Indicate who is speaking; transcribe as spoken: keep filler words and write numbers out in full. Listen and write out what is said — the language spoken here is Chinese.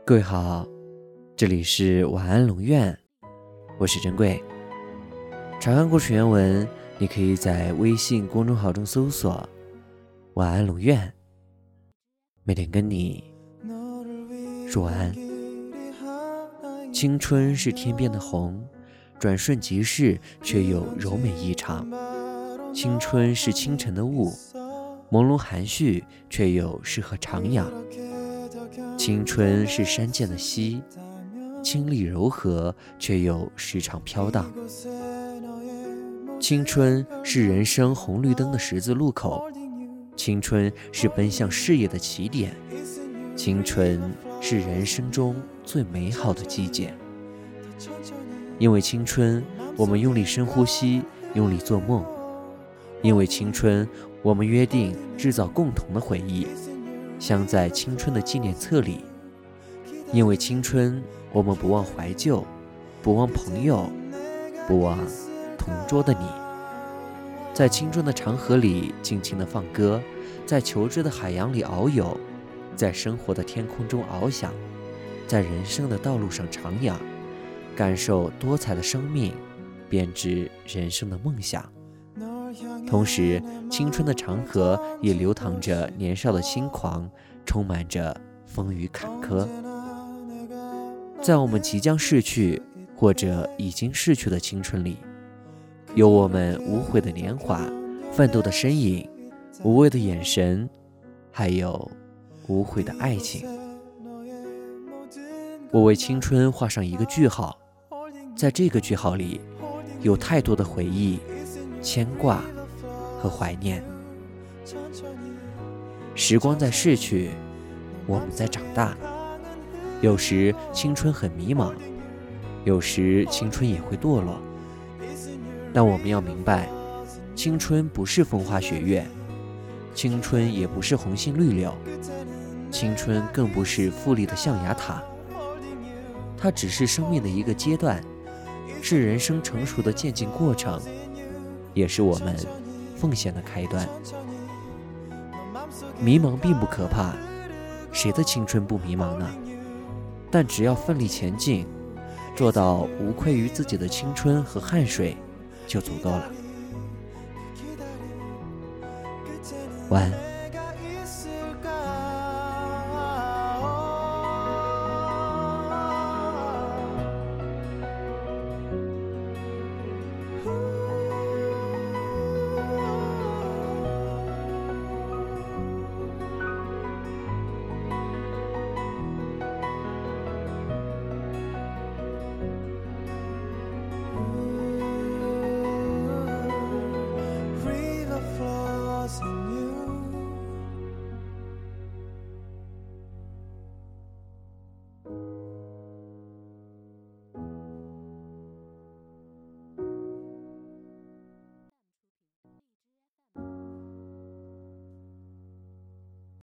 Speaker 1: 各位好，这里是晚安龙院，我是珍贵。查看故事原文，你可以在微信公众号中搜索晚安龙院，每天跟你说晚安。青春是天边的红，转瞬即逝，却又柔美异常。青春是清晨的雾，朦胧含蓄，却又适合徜徉。青春是山涧的溪，清丽柔和，却又时常飘荡。青春是人生红绿灯的十字路口，青春是奔向事业的起点，青春是人生中最美好的季节。因为青春，我们用力深呼吸，用力做梦。因为青春，我们约定制造共同的回忆，镶在青春的纪念册里。因为青春，我们不忘怀旧，不忘朋友，不忘同桌的你。在青春的长河里尽情地放歌，在求知的海洋里遨游，在生活的天空中翱翔，在人生的道路上徜徉，感受多彩的生命，编织人生的梦想。同时，青春的长河也流淌着年少的轻狂，充满着风雨坎坷。在我们即将逝去或者已经逝去的青春里，有我们无悔的年华，奋斗的身影，无畏的眼神，还有无悔的爱情。我为青春画上一个句号，在这个句号里，有太多的回忆、牵挂和怀念。时光在逝去，我们在长大。有时青春很迷茫，有时青春也会堕落。但我们要明白，青春不是风花雪月，青春也不是红杏绿柳，青春更不是富丽的象牙塔。它只是生命的一个阶段，是人生成熟的渐进过程，也是我们奉献的开端。迷茫并不可怕，谁的青春不迷茫呢？但只要奋力前进，做到无愧于自己的青春和汗水，就足够了。晚安。